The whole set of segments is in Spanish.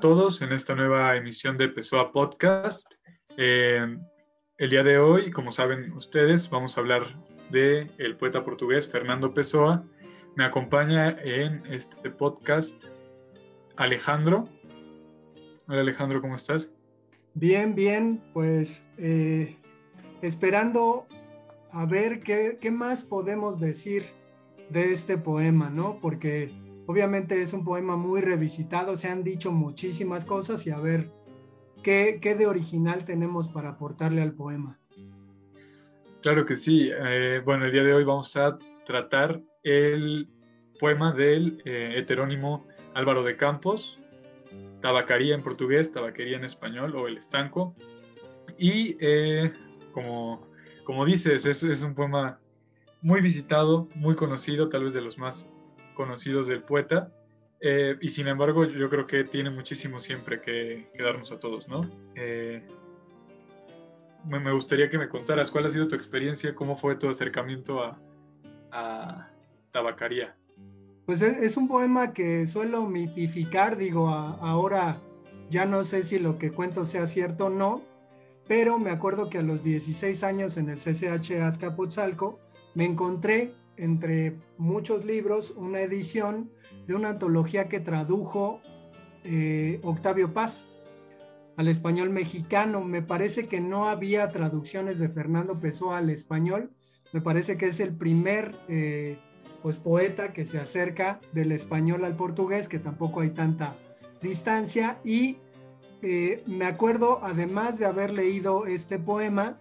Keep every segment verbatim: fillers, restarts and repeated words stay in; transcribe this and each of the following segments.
todos en esta nueva emisión de Pessoa Podcast. Eh, el día de hoy, como saben ustedes, vamos a hablar del poeta portugués Fernando Pessoa. Me acompaña en este podcast Alejandro. Hola Alejandro, ¿cómo estás? Bien, bien, pues eh, esperando a ver qué, qué más podemos decir de este poema, ¿no? Porque obviamente es un poema muy revisitado, se han dicho muchísimas cosas y a ver qué, qué de original tenemos para aportarle al poema. Claro que sí. Eh, bueno, el día de hoy vamos a tratar el poema del eh, heterónimo Álvaro de Campos, Tabacaria en portugués, Tabaquería en español o El Estanco. Y eh, como, como dices, es, es un poema muy visitado, muy conocido, tal vez de los más conocidos del poeta. Eh, y sin embargo, yo creo que tiene muchísimo siempre que, que darnos a todos, ¿no? Eh, me, me gustaría que me contaras cuál ha sido tu experiencia, cómo fue tu acercamiento a, a Tabacaria. Pues es, es un poema que suelo mitificar, digo, a, ahora ya no sé si lo que cuento sea cierto o no, pero me acuerdo que a los dieciséis años en el C C H Azcapotzalco me encontré entre muchos libros una edición de una antología que tradujo eh, Octavio Paz al español mexicano. Me parece que no había traducciones de Fernando Pessoa al español. Me parece que es el primer eh, pues, poeta que se acerca del español al portugués, que tampoco hay tanta distancia. Y eh, me acuerdo, además de haber leído este poema,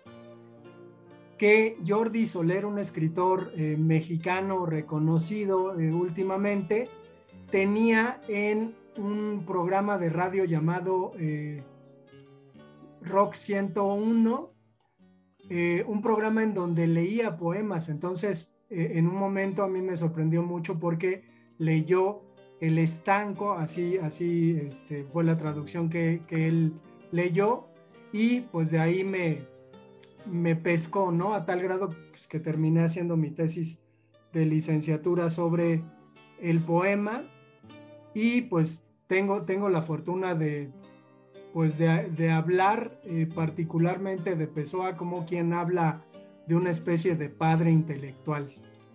que Jordi Soler, un escritor eh, mexicano reconocido eh, últimamente, tenía en un programa de radio llamado eh, Rock ciento uno, eh, un programa en donde leía poemas. Entonces, eh, en un momento a mí me sorprendió mucho porque leyó El Estanco, así, así este, fue la traducción que, que él leyó, y pues de ahí me, me pescó, ¿no? A tal grado pues, que terminé haciendo mi tesis de licenciatura sobre el poema y pues tengo, tengo la fortuna de, pues de, de hablar eh, particularmente de Pessoa como quien habla de una especie de padre intelectual.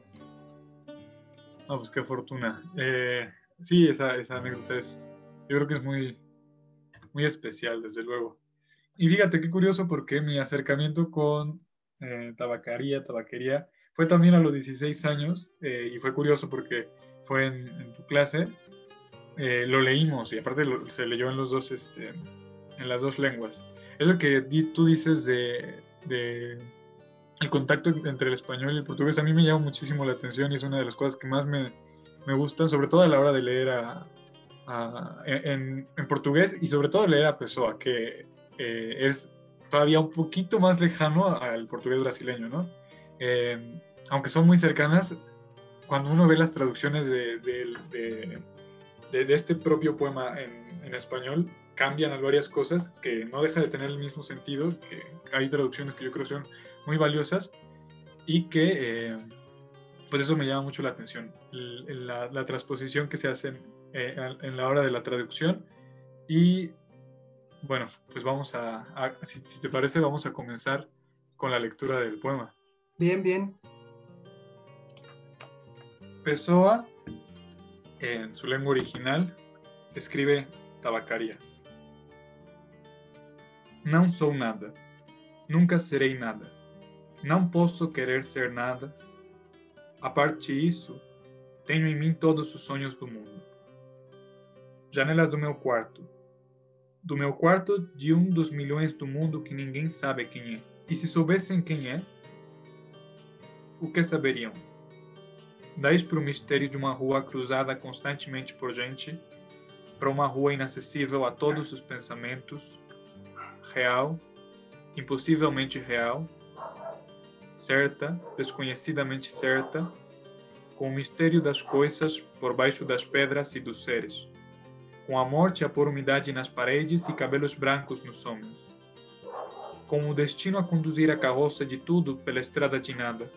No, pues qué fortuna. Eh, sí, esa, esa anécdota es, yo creo que es muy, muy especial, desde luego. Y fíjate qué curioso porque mi acercamiento con eh, tabacaría, tabaquería, fue también a los dieciséis años eh, y fue curioso porque fue en, en tu clase, eh, lo leímos y aparte lo, se leyó en los dos, este, en las dos lenguas. Eso que di, tú dices de, de el contacto entre el español y el portugués a mí me llama muchísimo la atención y es una de las cosas que más me, me gustan, sobre todo a la hora de leer a, a, en, en portugués y sobre todo leer a Pessoa, que eh, es todavía un poquito más lejano al portugués brasileño, ¿no? Eh, aunque son muy cercanas, cuando uno ve las traducciones de, de, de, de, de este propio poema en, en español, cambian varias cosas que no deja de tener el mismo sentido, que hay traducciones que yo creo son muy valiosas y que eh, pues eso me llama mucho la atención, la, la transposición que se hace en, eh, en la hora de la traducción. Y bueno, pues vamos a, a si, si te parece, vamos a comenzar con la lectura del poema. Bien, bien. Pessoa, en su lengua original, escribe Tabacaria. Não sou nada, nunca serei nada, não posso querer ser nada. A parte disso, tenho em mim todos os sonhos do mundo. Janelas do meu quarto. Do meu quarto de um dos milhões do mundo que ninguém sabe quem é. E se soubessem quem é, o que saberiam? Dais para o mistério de uma rua cruzada constantemente por gente, para uma rua inacessível a todos os pensamentos, real, impossivelmente real, certa, desconhecidamente certa, com o mistério das coisas por baixo das pedras e dos seres, com a morte a pôr umidade nas paredes e cabelos brancos nos homens, com o destino a conduzir a carroça de tudo pela estrada de nada.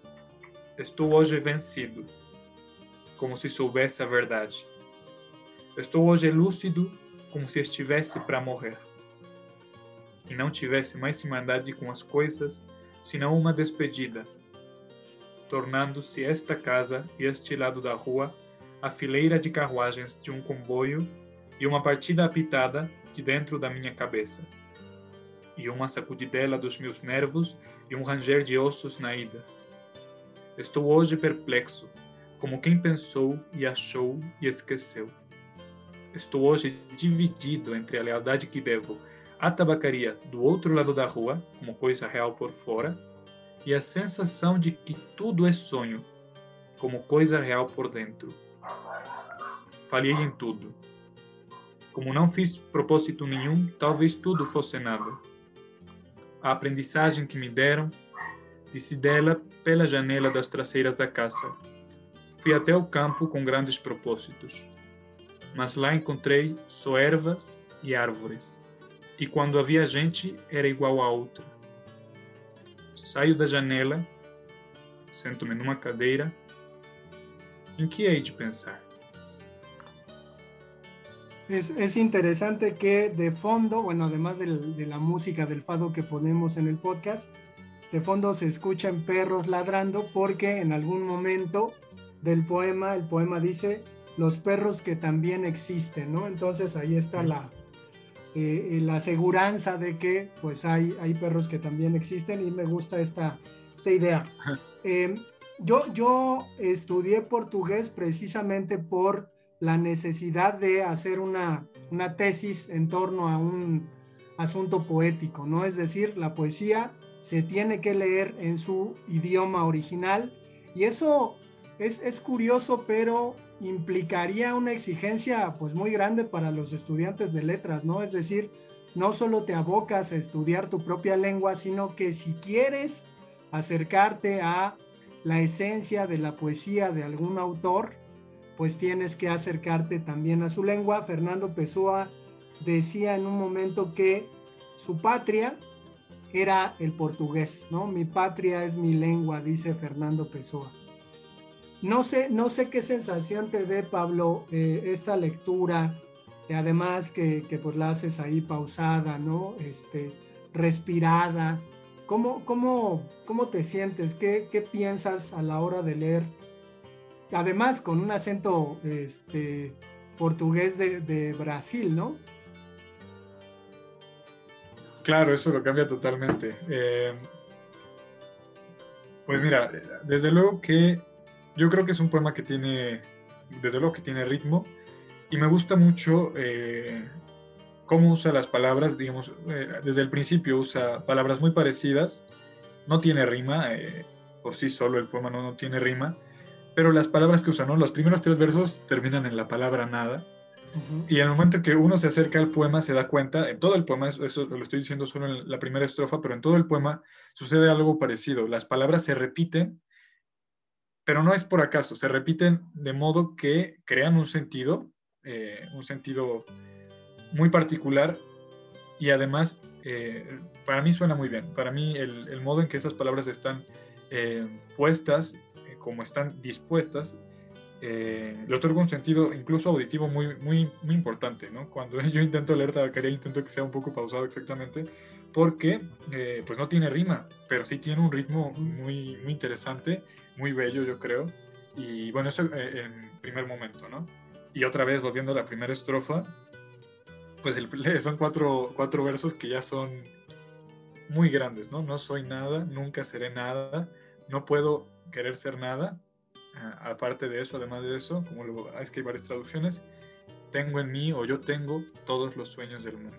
Estou hoje vencido, como se soubesse a verdade. Estou hoje lúcido como se estivesse para morrer. E não tivesse mais irmandade com as coisas, senão uma despedida, tornando-se esta casa e este lado da rua a fileira de carruagens de um comboio e uma partida apitada de dentro da minha cabeça, e uma sacudidela dos meus nervos e um ranger de ossos na ida. Estou hoje perplexo, como quem pensou e achou e esqueceu. Estou hoje dividido entre a lealdade que devo à tabacaria do outro lado da rua, como coisa real por fora, e a sensação de que tudo é sonho, como coisa real por dentro. Falhei em tudo. Como não fiz propósito nenhum, talvez tudo fosse nada. A aprendizagem que me deram, disse dela pela janela das traseiras da casa. Fui até o campo com grandes propósitos, mas lá encontrei só ervas e árvores, e quando havia gente era igual a outra. Saio da janela, sento-me numa cadeira. ¿En qué hei de pensar? Es, es interesante que de fondo, bueno, además del, de la música del fado que ponemos en el podcast, de fondo se escuchan perros ladrando porque en algún momento del poema, el poema dice los perros que también existen, ¿no? Entonces ahí está la, eh, la aseguranza de que pues hay, hay perros que también existen y me gusta esta, esta idea. Eh, yo, yo estudié portugués precisamente por la necesidad de hacer una, una tesis en torno a un asunto poético, ¿no? Es decir, la poesía se tiene que leer en su idioma original y eso es, es curioso, pero implicaría una exigencia pues muy grande para los estudiantes de letras, ¿no? Es decir, no solo te abocas a estudiar tu propia lengua, sino que si quieres acercarte a la esencia de la poesía de algún autor, pues tienes que acercarte también a su lengua. Fernando Pessoa decía en un momento que su patria era el portugués, ¿no? Mi patria es mi lengua, dice Fernando Pessoa. No sé, no sé qué sensación te dé, Pablo, eh, esta lectura, eh, además que, que pues la haces ahí pausada, ¿no? Este, respirada. ¿Cómo, cómo, cómo te sientes? ¿Qué, qué piensas a la hora de leer? Además, con un acento este, portugués de, de Brasil, ¿no? Claro, eso lo cambia totalmente. Eh, pues mira, desde luego que yo creo que es un poema que tiene, desde luego que tiene ritmo, y me gusta mucho eh, cómo usa las palabras, digamos, eh, desde el principio usa palabras muy parecidas, no tiene rima, eh, por sí solo el poema no, no tiene rima, pero las palabras que usa, ¿no? Los primeros tres versos terminan en la palabra nada, uh-huh. Y en el momento que uno se acerca al poema se da cuenta, en todo el poema, eso, eso lo estoy diciendo solo en la primera estrofa, pero en todo el poema sucede algo parecido, las palabras se repiten, pero no es por acaso, se repiten de modo que crean un sentido, eh, un sentido muy particular, y además eh, para mí suena muy bien, para mí el, el modo en que esas palabras están eh, puestas, como están dispuestas, eh, le otorga un sentido incluso auditivo muy, muy, muy importante, ¿no? Cuando yo intento leer Tabacaria, intento que sea un poco pausado exactamente, porque eh, pues no tiene rima, pero sí tiene un ritmo muy, muy interesante, muy bello, yo creo, y bueno, eso eh, en primer momento, ¿no? Y otra vez, volviendo a la primera estrofa, pues el, son cuatro, cuatro versos que ya son muy grandes, ¿no? No soy nada, nunca seré nada, no puedo querer ser nada, uh, aparte de eso, además de eso, como lo, es que hay varias traducciones, tengo en mí o yo tengo todos los sueños del mundo.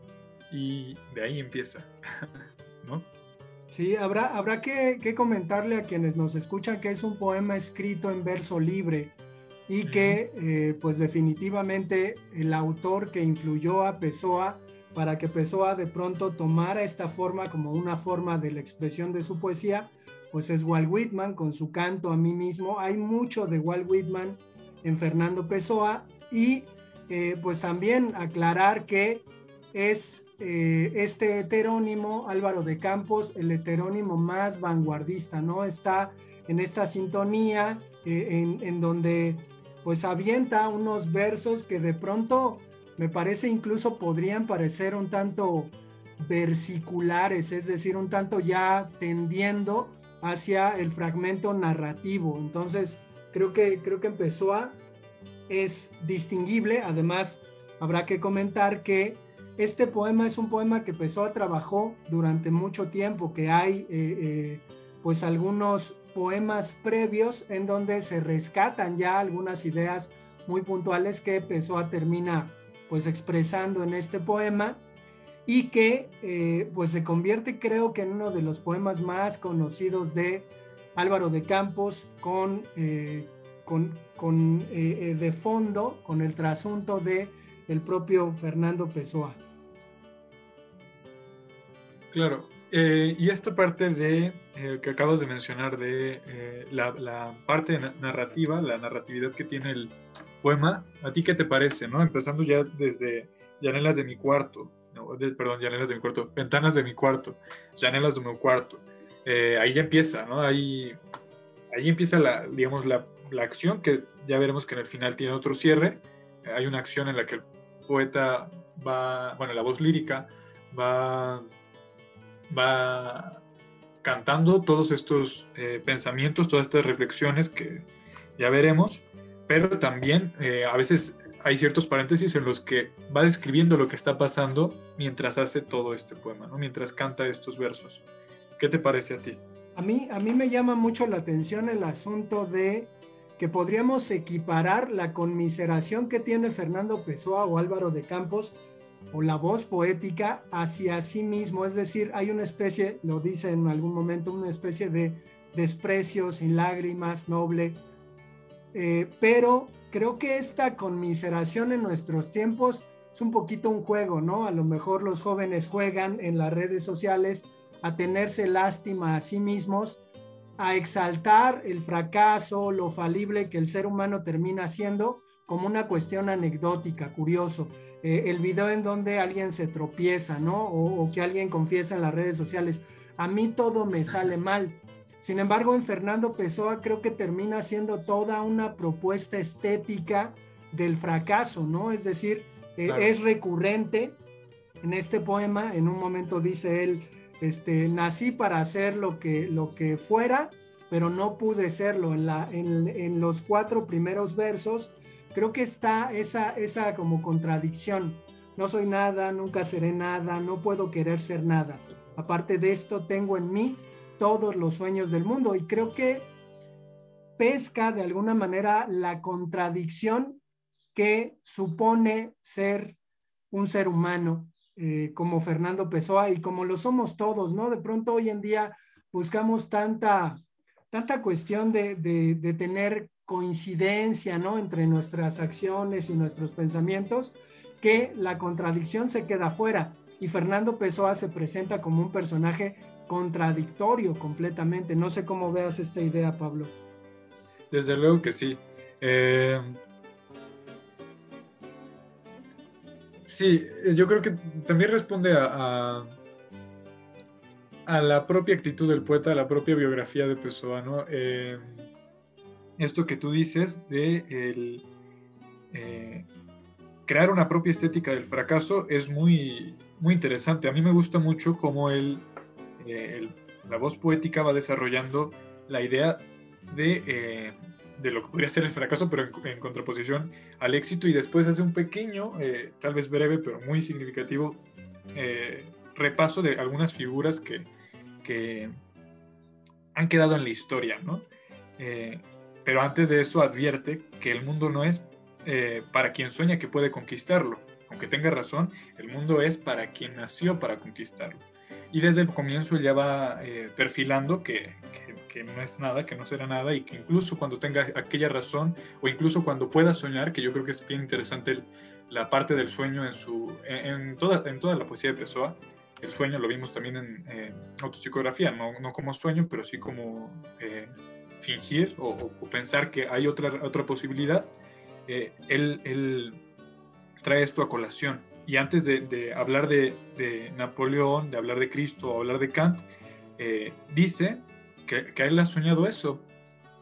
Y de ahí empieza, ¿no? Sí, habrá, habrá que, que comentarle a quienes nos escuchan que es un poema escrito en verso libre y que uh-huh. eh, pues definitivamente el autor que influyó a Pessoa para que Pessoa de pronto tomara esta forma como una forma de la expresión de su poesía, pues es Walt Whitman con su Canto a mí mismo. Hay mucho de Walt Whitman en Fernando Pessoa y eh, pues también aclarar que es eh, este heterónimo, Álvaro de Campos, el heterónimo más vanguardista, ¿no? Está en esta sintonía eh, en, en donde pues avienta unos versos que de pronto me parece incluso podrían parecer un tanto versiculares, es decir, un tanto ya tendiendo hacia el fragmento narrativo. Entonces, creo que, creo que en Pessoa es distinguible. Además, habrá que comentar que este poema es un poema que Pessoa trabajó durante mucho tiempo, que hay eh, eh, pues algunos poemas previos en donde se rescatan ya algunas ideas muy puntuales que Pessoa termina pues expresando en este poema, y que eh, pues se convierte, creo que en uno de los poemas más conocidos de Álvaro de Campos, con, eh, con, con eh, de fondo, con el trasunto de el propio Fernando Pessoa. Claro, eh, y esta parte de eh, que acabas de mencionar de eh, la, la parte narrativa, la narratividad que tiene el poema, ¿a ti qué te parece, no? Empezando ya desde Llanelas de mi cuarto, no, de, perdón, Llanelas de mi cuarto, Ventanas de mi cuarto, Llanelas de mi cuarto, eh, ahí ya empieza, ¿no? Ahí, ahí empieza la, digamos, la, la acción, que ya veremos que en el final tiene otro cierre. Eh, hay una acción en la que el poeta va, bueno, la voz lírica va va cantando todos estos eh, pensamientos, todas estas reflexiones que ya veremos, pero también eh, a veces hay ciertos paréntesis en los que va describiendo lo que está pasando mientras hace todo este poema, ¿no? Mientras canta estos versos. ¿Qué te parece a ti? A mí, a mí me llama mucho la atención el asunto de que podríamos equiparar la conmiseración que tiene Fernando Pessoa o Álvaro de Campos, o la voz poética, hacia sí mismo. Es decir, hay una especie, lo dice en algún momento, una especie de desprecio sin lágrimas, noble, eh, pero creo que esta conmiseración en nuestros tiempos es un poquito un juego, ¿no? A lo mejor los jóvenes juegan en las redes sociales a tenerse lástima a sí mismos, a exaltar el fracaso, lo falible que el ser humano termina siendo, como una cuestión anecdótica, curioso. Eh, el video en donde alguien se tropieza, ¿no? O, o que alguien confiesa en las redes sociales, a mí todo me sale mal. Sin embargo, en Fernando Pessoa creo que termina siendo toda una propuesta estética del fracaso, ¿no? Es decir, eh, claro. Es recurrente en este poema. En un momento dice él, este, nací para hacer lo que, lo que fuera, pero no pude serlo. En, la, en, en los cuatro primeros versos creo que está esa, esa como contradicción. No soy nada, nunca seré nada, no puedo querer ser nada. Aparte de esto, tengo en mí todos los sueños del mundo. Y creo que pesca de alguna manera la contradicción que supone ser un ser humano, eh, como Fernando Pessoa y como lo somos todos, ¿no? De pronto hoy en día buscamos tanta, tanta cuestión de, de, de tener coincidencia, ¿no? Entre nuestras acciones y nuestros pensamientos, que la contradicción se queda fuera. Y Fernando Pessoa se presenta como un personaje contradictorio completamente. No sé cómo veas esta idea, Pablo. Desde luego que sí. Eh, sí, yo creo que también responde a, a, a la propia actitud del poeta, a la propia biografía de Pessoa, ¿no? Eh, esto que tú dices de el, eh, crear una propia estética del fracaso es muy, muy interesante. A mí me gusta mucho cómo él, eh, el, la voz poética va desarrollando la idea de, eh, de lo que podría ser el fracaso, pero en, en contraposición al éxito, y después hace un pequeño, eh, tal vez breve, pero muy significativo eh, repaso de algunas figuras que, que han quedado en la historia, ¿no? Eh, pero antes de eso advierte que el mundo no es eh, para quien sueña que puede conquistarlo. Aunque tenga razón, el mundo es para quien nació para conquistarlo. Y desde el comienzo ya va eh, perfilando que, que, que no es nada, que no será nada, y que incluso cuando tenga aquella razón, o incluso cuando pueda soñar, que yo creo que es bien interesante el, la parte del sueño en, su, en, en, toda, en toda la poesía de Pessoa. El sueño lo vimos también en eh, autopsicografía, no, no como sueño, pero sí como eh, fingir o, o pensar que hay otra, otra posibilidad. Eh, él, él trae esto a colación. Y antes de, de hablar de, de Napoleón, de hablar de Cristo o hablar de Kant, eh, dice que, que él ha soñado eso.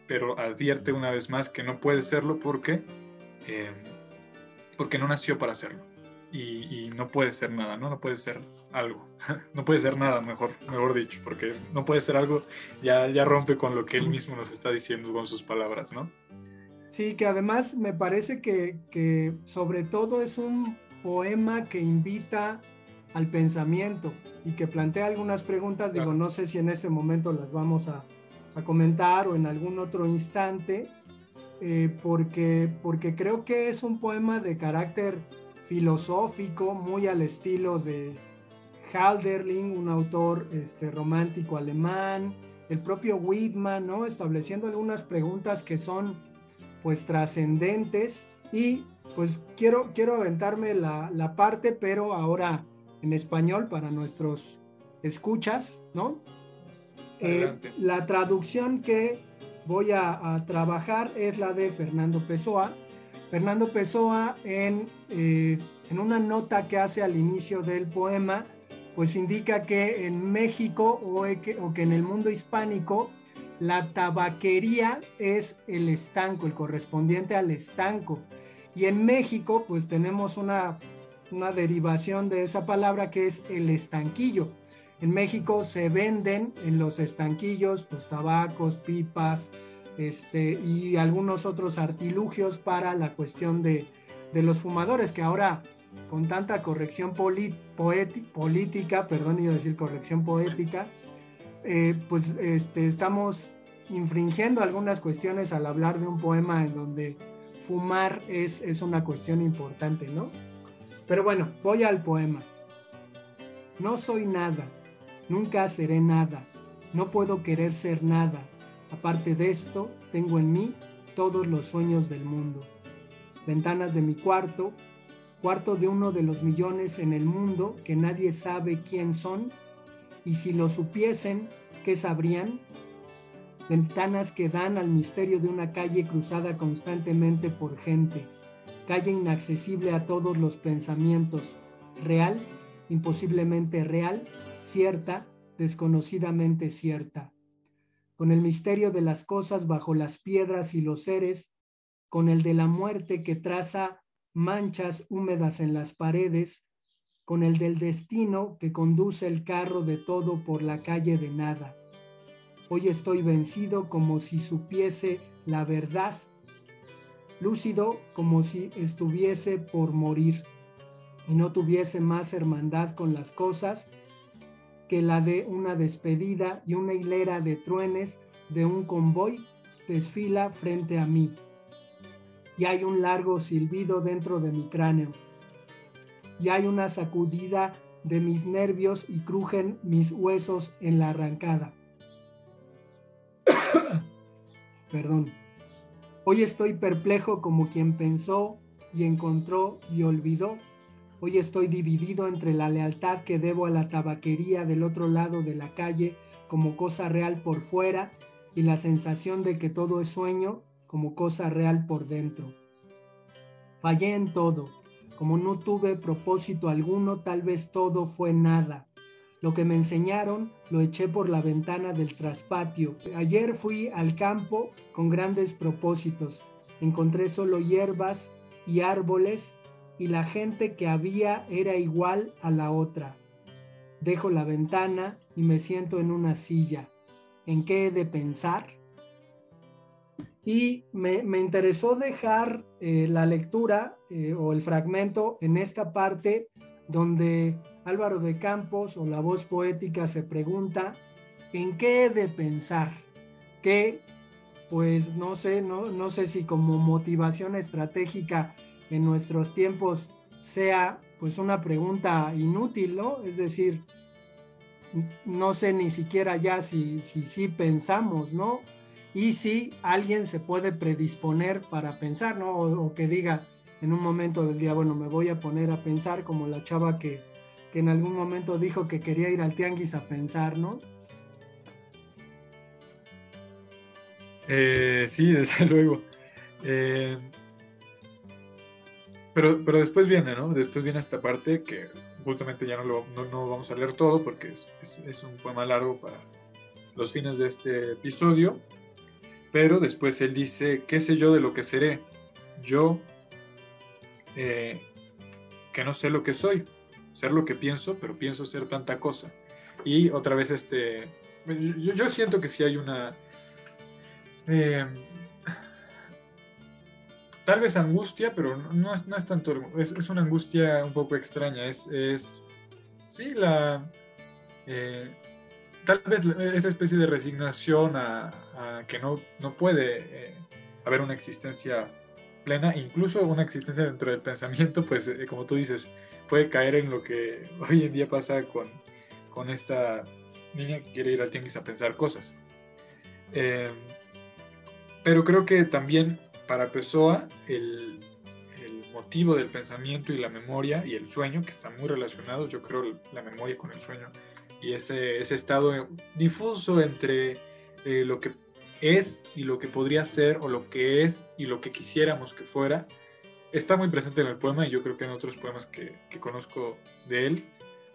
pero advierte una vez más que no puede serlo porque, eh, porque no nació para serlo. Y, y no puede ser nada, ¿no? No puede ser algo. No puede ser nada, mejor, mejor dicho, porque no puede ser algo, ya, ya rompe con lo que él mismo nos está diciendo con sus palabras, ¿no? Sí, que además me parece que, que sobre todo es un poema que invita al pensamiento y que plantea algunas preguntas. Digo, no sé si en este momento las vamos a, a comentar o en algún otro instante, eh, porque, porque creo que es un poema de carácter filosófico, muy al estilo de Hölderlin, un autor este, romántico alemán, el propio Whitman, ¿no? Estableciendo algunas preguntas que son pues trascendentes, y pues quiero, quiero aventarme la, la parte, pero ahora en español para nuestros escuchas, ¿no? Eh, la traducción que voy a, a trabajar es la de Fernando Pessoa. Fernando Pessoa en, eh, en una nota que hace al inicio del poema, pues indica que en México o que, o que en el mundo hispánico la tabaquería es el estanco, el correspondiente al estanco. Y en México pues tenemos una, una derivación de esa palabra que es el estanquillo. En México se venden en los estanquillos pues tabacos, pipas, este, y algunos otros artilugios para la cuestión de, de los fumadores, que ahora con tanta corrección polit, poeti, política, perdón, iba a decir corrección poética, eh, pues este, estamos infringiendo algunas cuestiones al hablar de un poema en donde fumar es, es una cuestión importante, ¿no? Pero bueno, voy al poema. No soy nada, nunca seré nada, no puedo querer ser nada. Aparte de esto, tengo en mí todos los sueños del mundo. Ventanas de mi cuarto, cuarto de uno de los millones en el mundo que nadie sabe quién son, y si lo supiesen, ¿qué sabrían? Ventanas que dan al misterio de una calle cruzada constantemente por gente, calle inaccesible a todos los pensamientos, real, imposiblemente real, cierta, desconocidamente cierta, con el misterio de las cosas bajo las piedras y los seres, con el de la muerte que traza manchas húmedas en las paredes, con el del destino que conduce el carro de todo por la calle de nada. Hoy estoy vencido como si supiese la verdad, lúcido como si estuviese por morir y no tuviese más hermandad con las cosas que la de una despedida, y una hilera de truenes de un convoy desfila frente a mí. Y hay un largo silbido dentro de mi cráneo. Y hay una sacudida de mis nervios y crujen mis huesos en la arrancada. Perdón. Hoy estoy perplejo como quien pensó y encontró y olvidó. Hoy estoy dividido entre la lealtad que debo a la tabaquería del otro lado de la calle como cosa real por fuera, y la sensación de que todo es sueño como cosa real por dentro. Fallé en todo. Como no tuve propósito alguno, tal vez todo fue nada. Lo que me enseñaron lo eché por la ventana del traspatio. Ayer fui al campo con grandes propósitos. Encontré solo hierbas y árboles, y la gente que había era igual a la otra. Dejo la ventana y me siento en una silla. ¿En qué he de pensar? Y me, me interesó dejar eh, la lectura eh, o el fragmento en esta parte donde Álvaro de Campos, o la voz poética, se pregunta ¿en qué he de pensar? Que pues no sé, no, no sé si como motivación estratégica en nuestros tiempos sea pues una pregunta inútil, ¿no? Es decir, no sé ni siquiera ya si sí si, si pensamos, ¿no? Y si alguien se puede predisponer para pensar, ¿no? O, o que diga en un momento del día, bueno, me voy a poner a pensar, como la chava que, que en algún momento dijo que quería ir al tianguis a pensar, ¿no? Eh, sí, desde luego. Eh, pero, pero después viene, ¿no? Después viene esta parte que justamente ya no, lo, no, no vamos a leer todo porque es, es, es un poema largo para los fines de este episodio. pero después él dice, ¿qué sé yo de lo que seré? Yo, eh, que no sé lo que soy, ser lo que pienso, pero pienso ser tanta cosa. Y otra vez, este, yo, yo siento que sí hay una, eh, tal vez angustia, pero no, no, es, no es tanto, es, es una angustia un poco extraña, es, es sí, la, eh, tal vez esa especie de resignación a, a que no, no puede eh, haber una existencia plena, incluso una existencia dentro del pensamiento, pues eh, como tú dices, puede caer en lo que hoy en día pasa con, con esta niña que quiere ir al tianguis a pensar cosas. Eh, pero creo que también para Pessoa el, el motivo del pensamiento y la memoria y el sueño, que están muy relacionados, yo creo la memoria con el sueño, y ese, ese estado difuso entre eh, lo que es y lo que podría ser, o lo que es y lo que quisiéramos que fuera, está muy presente en el poema, y yo creo que en otros poemas que, que conozco de él,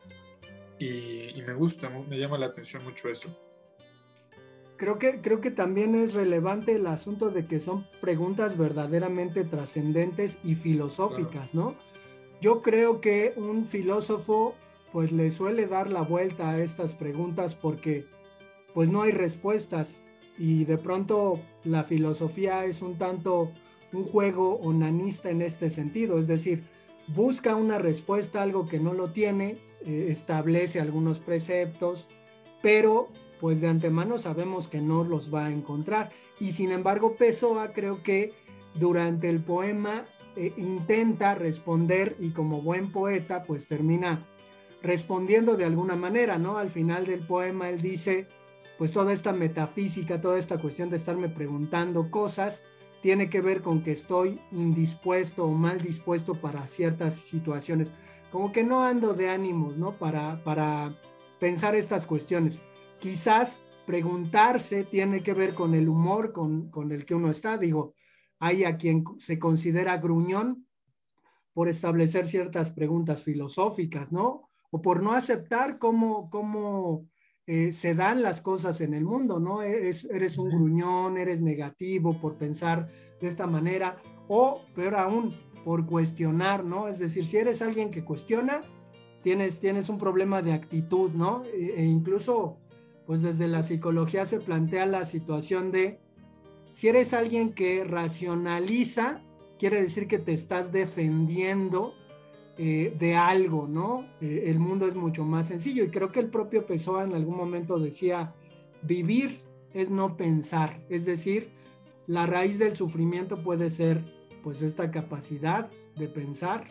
y, y me gusta, me llama la atención mucho eso. Creo que, creo que también es relevante el asunto de que son preguntas verdaderamente trascendentes y filosóficas, ¿no? Yo creo que un filósofo pues le suele dar la vuelta a estas preguntas porque pues no hay respuestas y de pronto la filosofía es un tanto un juego onanista en este sentido, es decir, busca una respuesta a algo que no lo tiene, eh, establece algunos preceptos, pero pues de antemano sabemos que no los va a encontrar. Y sin embargo, Pessoa creo que durante el poema eh, intenta responder y como buen poeta pues termina respondiendo de alguna manera, ¿no? Al final del poema él dice, pues toda esta metafísica, toda esta cuestión de estarme preguntando cosas, tiene que ver con que estoy indispuesto o mal dispuesto para ciertas situaciones. Como que no ando de ánimos, ¿no? Para, para pensar estas cuestiones. Quizás preguntarse tiene que ver con el humor con, con el que uno está. Digo, hay a quien se considera gruñón por establecer ciertas preguntas filosóficas, ¿no? O por no aceptar cómo, cómo eh, se dan las cosas en el mundo, ¿no? Es, eres un gruñón, eres negativo por pensar de esta manera, o peor aún, por cuestionar, ¿no? Es decir, si eres alguien que cuestiona, tienes, tienes un problema de actitud, ¿no? E, e incluso, pues desde la psicología se plantea la situación de, si eres alguien que racionaliza, quiere decir que te estás defendiendo eh, de algo, ¿no? Eh, el mundo es mucho más sencillo y creo que el propio Pessoa en algún momento decía, vivir es no pensar, es decir, la raíz del sufrimiento puede ser pues esta capacidad de pensar.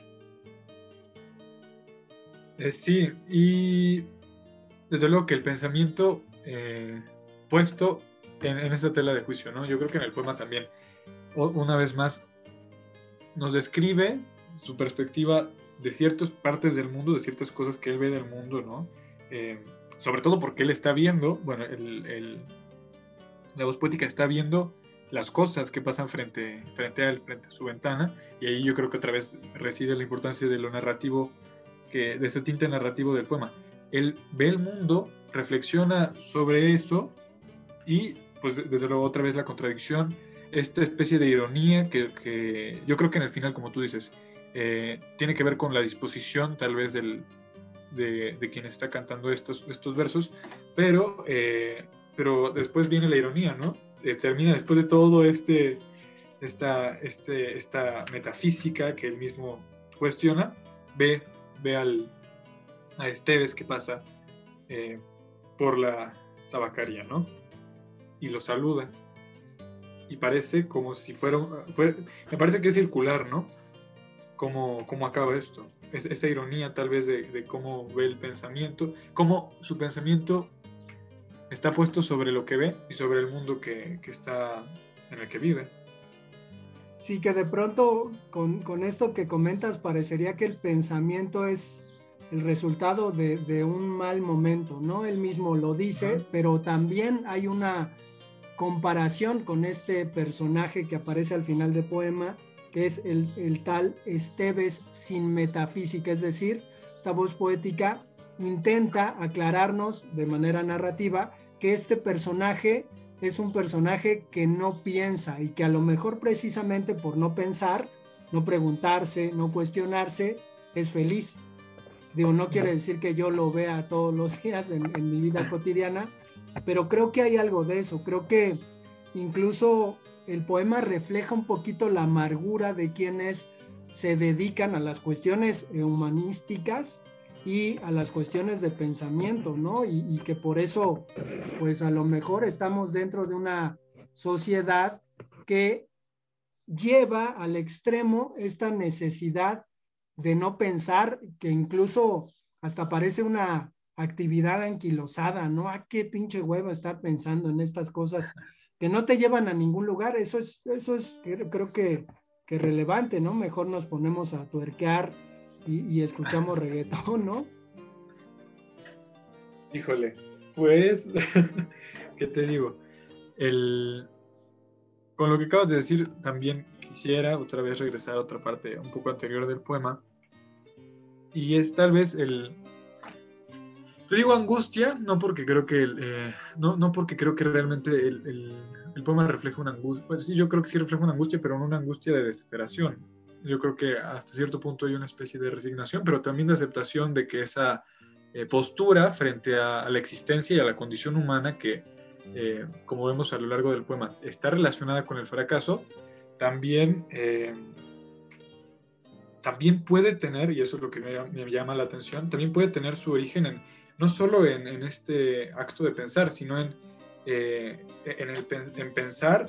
Eh, sí, y desde luego que el pensamiento eh, puesto en, en esa tela de juicio, ¿no? Yo creo que en el poema también, o, una vez más, nos describe su perspectiva de ciertas partes del mundo, de ciertas cosas que él ve del mundo, ¿no? Eh, sobre todo porque él está viendo, bueno, el, el, la voz poética está viendo las cosas que pasan frente, frente a él, frente a su ventana, y ahí yo creo que otra vez reside la importancia de lo narrativo, que, de ese tinte narrativo del poema. Él ve el mundo, reflexiona sobre eso, y pues desde luego otra vez la contradicción, esta especie de ironía que, que yo creo que en el final, como tú dices, eh, tiene que ver con la disposición tal vez del, de, de quien está cantando estos, estos versos, pero, eh, pero después viene la ironía, ¿no? Eh, termina después de todo este, esta, este, esta metafísica que él mismo cuestiona, ve, ve al, a Esteves que pasa eh, por la tabacaría, ¿no? Y lo saluda. Y parece como si fuera, fuera me parece que es circular, ¿no? Cómo, cómo acaba esto. Es, esa ironía tal vez de, de cómo ve el pensamiento, cómo su pensamiento está puesto sobre lo que ve y sobre el mundo que, que está en el que vive. Sí, que de pronto con, con esto que comentas parecería que el pensamiento es el resultado de, de un mal momento, ¿no? Él mismo lo dice, uh-huh. Pero también hay una comparación con este personaje que aparece al final del poema, que es el, el tal Esteves sin metafísica, es decir, esta voz poética intenta aclararnos de manera narrativa que este personaje es un personaje que no piensa y que a lo mejor precisamente por no pensar, no preguntarse, no cuestionarse, es feliz. Digo, no quiere decir que yo lo vea todos los días en, en mi vida cotidiana, pero creo que hay algo de eso. Creo que incluso el poema refleja un poquito la amargura de quienes se dedican a las cuestiones humanísticas y a las cuestiones de pensamiento, ¿no? Y, y que por eso, pues a lo mejor estamos dentro de una sociedad que lleva al extremo esta necesidad de no pensar, que incluso hasta parece una actividad anquilosada, ¿no? ¿A qué pinche hueva estar pensando en estas cosas que no te llevan a ningún lugar? Eso es, eso es creo que, que relevante, ¿no? Mejor nos ponemos a tuerquear y, y escuchamos reggaetón, ¿no? Híjole, pues, ¿qué te digo? El... Con lo que acabas de decir, también quisiera otra vez regresar a otra parte un poco anterior del poema. Y es tal vez el... Te digo angustia, no porque creo que, el, eh, no, no porque creo que realmente el, el, el poema refleja una angustia. Pues sí, yo creo que sí refleja una angustia, pero no una angustia de desesperación. Yo creo que hasta cierto punto hay una especie de resignación, pero también de aceptación de que esa eh, postura frente a, a la existencia y a la condición humana que, eh, como vemos a lo largo del poema, está relacionada con el fracaso, también... Eh, también puede tener, y eso es lo que me, me llama la atención, también puede tener su origen en, no solo en, en este acto de pensar, sino en, eh, en, el, en pensar,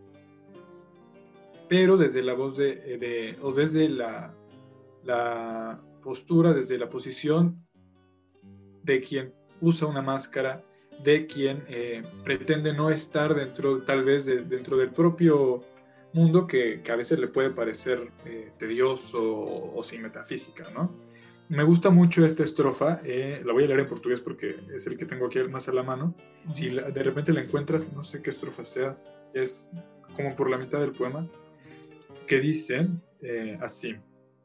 pero desde la voz de, de o desde la, la postura, desde la posición de quien usa una máscara, de quien eh, pretende no estar dentro, tal vez, de, dentro del propio mundo que, que a veces le puede parecer eh, tedioso o, o sin metafísica, ¿no? Me gusta mucho esta estrofa, eh, la voy a leer en portugués porque es el que tengo aquí más a la mano. Uh-huh. Si la, de repente la encuentras, no sé qué estrofa sea, es como por la mitad del poema, que dice eh, así: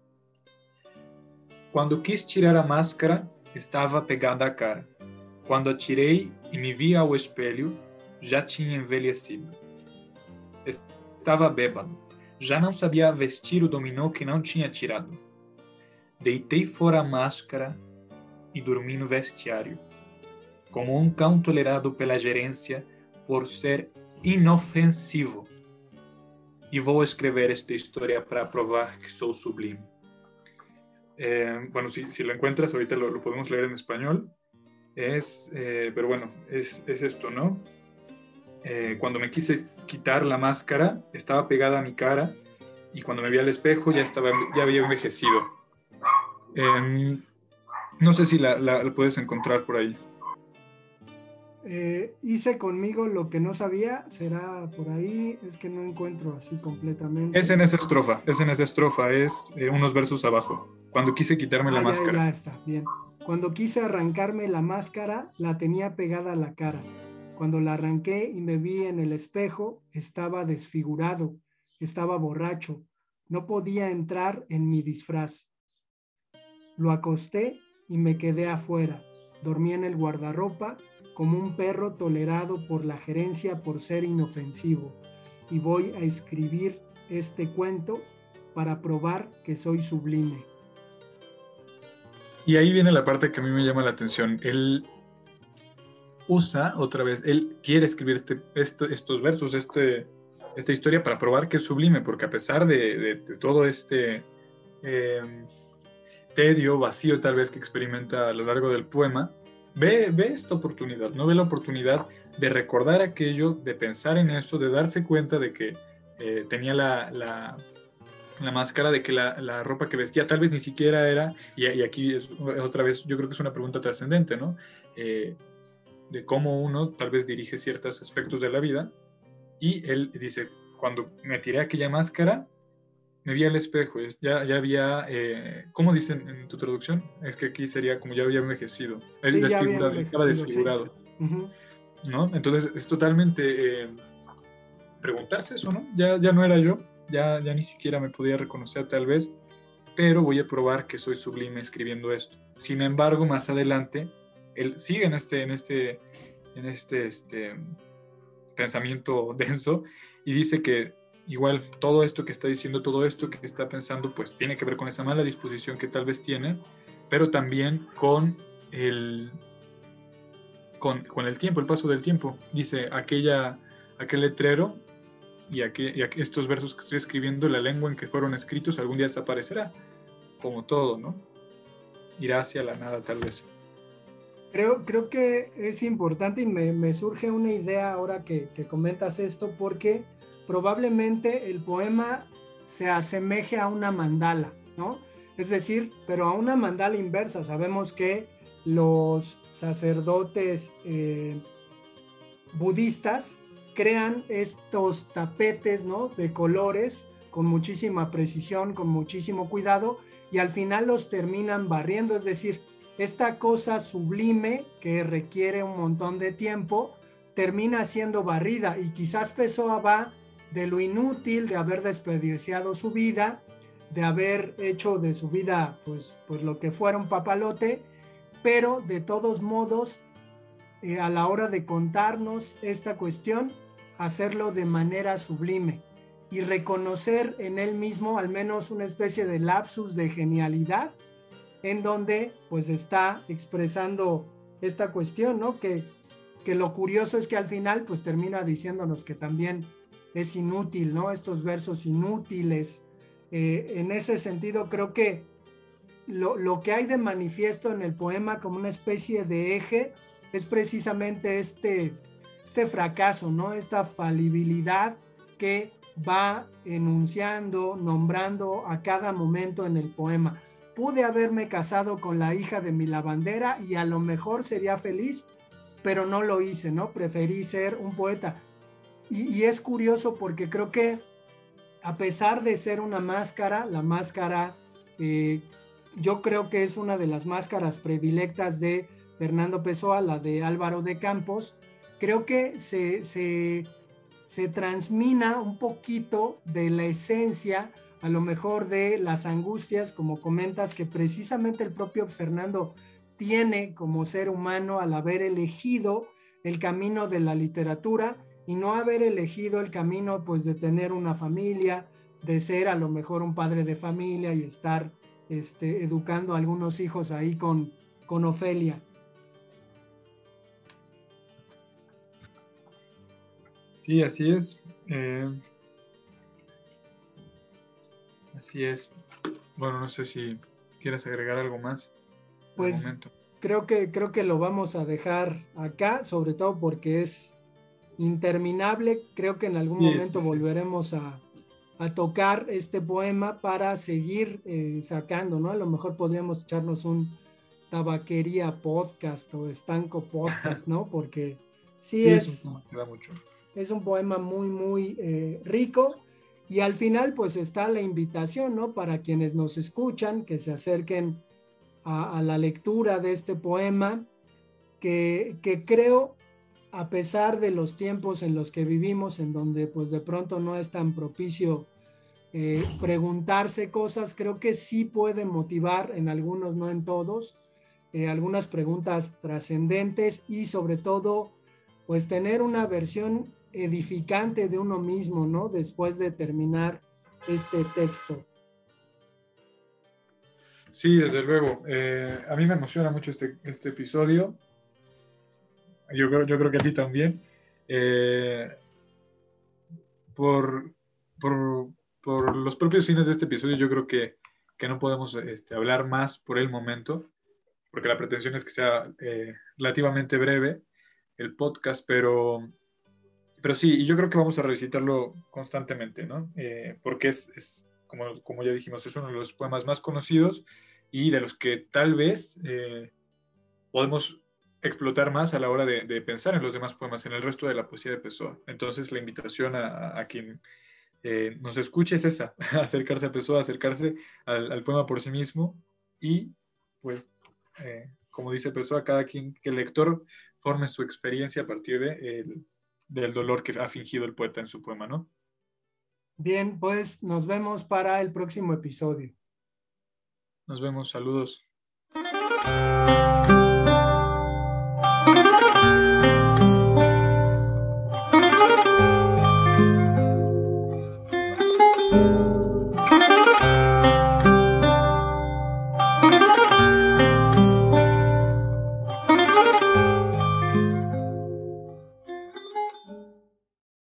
Quando quis tirar a máscara, estava pegada a cara. Quando a tirei e me vi ao espelho, já tinha envelhecido. Estava bêbado. Já não sabia vestir o dominó que não tinha tirado. Deitei fora a máscara e dormi no vestiário, como um cão tolerado pela gerência por ser inofensivo. E vou escrever esta história para provar que sou sublime. Eh, bueno, si, si lo encuentras, ahorita lo, lo podemos leer en español. Es, eh, pero bueno, es, es esto, ¿no? Eh, cuando me quise quitar la máscara, estaba pegada a mi cara, y cuando me vi al espejo ya, estaba, ya había envejecido. Eh, no sé si la, la, la puedes encontrar por ahí. Eh, hice conmigo lo que no sabía, será por ahí, es que no encuentro así completamente. Es en esa estrofa, es en esa estrofa, es eh, unos versos abajo. Cuando quise quitarme ah, la ya, máscara. Ya está, bien. Cuando quise arrancarme la máscara, la tenía pegada a la cara. Cuando la arranqué y me vi en el espejo, estaba desfigurado, estaba borracho, no podía entrar en mi disfraz. Lo acosté y me quedé afuera. Dormí en el guardarropa como un perro tolerado por la gerencia por ser inofensivo. Y voy a escribir este cuento para probar que soy sublime. Y ahí viene la parte que a mí me llama la atención. Él usa, otra vez, él quiere escribir este, este, estos versos, este, esta historia para probar que es sublime, porque a pesar de, de, de todo este eh, tedio, vacío tal vez que experimenta a lo largo del poema, ve, ve esta oportunidad, no ve la oportunidad de recordar aquello, de pensar en eso, de darse cuenta de que eh, tenía la... la la máscara, de que la, la ropa que vestía tal vez ni siquiera era, y, y aquí es, es otra vez, yo creo que es una pregunta trascendente, ¿no? Eh, de cómo uno tal vez dirige ciertos aspectos de la vida, y él dice, cuando me tiré aquella máscara, me vi al espejo, ya, ya había, eh, ¿cómo dicen en tu traducción? Es que aquí sería como ya había envejecido, sí, desfigurado, ya estaba desfigurado, sí. Uh-huh. ¿No? Entonces es totalmente eh, preguntarse eso, ¿no? Ya, ya no era yo, Ya, ya ni siquiera me podía reconocer tal vez, pero voy a probar que soy sublime escribiendo esto. Sin embargo, más adelante, él sigue en este, en este, en este, este pensamiento denso, y dice que igual todo esto que está diciendo, todo esto que está pensando, pues tiene que ver con esa mala disposición que tal vez tiene, pero también con el, con, con el tiempo, el paso del tiempo. Dice, aquella, aquel letrero y, aquí, y aquí estos versos que estoy escribiendo, la lengua en que fueron escritos, algún día desaparecerá, como todo, ¿no? Irá hacia la nada tal vez. Creo, creo que es importante y me, me surge una idea ahora que, que comentas esto, porque probablemente el poema se asemeje a una mandala, ¿no? Es decir, pero a una mandala inversa. Sabemos que los sacerdotes eh, budistas crean estos tapetes, ¿no?, de colores con muchísima precisión, con muchísimo cuidado, y al final los terminan barriendo. Es decir, esta cosa sublime que requiere un montón de tiempo termina siendo barrida, y quizás Pessoa va de lo inútil de haber desperdiciado su vida, de haber hecho de su vida pues, pues lo que fuera un papalote, pero de todos modos eh, a la hora de contarnos esta cuestión, hacerlo de manera sublime y reconocer en él mismo al menos una especie de lapsus de genialidad, en donde pues está expresando esta cuestión, ¿no? Que, que lo curioso es que al final pues termina diciéndonos que también es inútil, ¿no? Estos versos inútiles. Eh, en ese sentido creo que lo, lo que hay de manifiesto en el poema como una especie de eje es precisamente este, este fracaso, ¿no? Esta falibilidad que va enunciando, nombrando a cada momento en el poema. Pude haberme casado con la hija de mi lavandera y a lo mejor sería feliz, pero no lo hice, ¿no? Preferí ser un poeta. Y, y es curioso porque creo que a pesar de ser una máscara, la máscara eh, yo creo que es una de las máscaras predilectas de Fernando Pessoa, la de Álvaro de Campos. Creo que se, se, se transmina un poquito de la esencia, a lo mejor de las angustias, como comentas, que precisamente el propio Fernando tiene como ser humano al haber elegido el camino de la literatura y no haber elegido el camino pues de tener una familia, de ser a lo mejor un padre de familia y estar este, educando a algunos hijos ahí con, con Ofelia. Sí, así es. Eh, así es. Bueno, no sé si quieres agregar algo más. Pues momento. Creo que, creo que lo vamos a dejar acá, sobre todo porque es interminable. Creo que en algún sí, momento sí, sí. volveremos a, a tocar este poema para seguir eh, sacando, ¿no? A lo mejor podríamos echarnos un tabaquería podcast o estanco podcast, ¿no? Porque sí, sí es, es, un, mucho. es un poema muy, muy eh, rico, y al final pues está la invitación, ¿no? Para quienes nos escuchan, que se acerquen a, a la lectura de este poema, que, que creo, a pesar de los tiempos en los que vivimos, en donde pues de pronto no es tan propicio eh, preguntarse cosas, creo que sí puede motivar en algunos, no en todos, eh, algunas preguntas trascendentes, y sobre todo pues tener una versión edificante de uno mismo, ¿no? Después de terminar este texto. Sí, desde luego. Eh, a mí me emociona mucho este, este episodio. Yo creo, yo creo que a ti también. Eh, por, por, por los propios fines de este episodio, yo creo que, que no podemos este, hablar más por el momento, porque la pretensión es que sea eh, relativamente breve el podcast, pero, pero sí, y yo creo que vamos a revisitarlo constantemente, ¿no? Eh, porque es, es como, como ya dijimos, es uno de los poemas más conocidos y de los que tal vez eh, podemos explotar más a la hora de, de pensar en los demás poemas, en el resto de la poesía de Pessoa. Entonces la invitación a, a quien eh, nos escuche es esa, acercarse a Pessoa, acercarse al, al poema por sí mismo, y pues, eh, como dice Pessoa, cada quien, que el lector forme su experiencia a partir de, el, del dolor que ha fingido el poeta en su poema, ¿no? Bien, pues nos vemos para el próximo episodio. Nos vemos, saludos.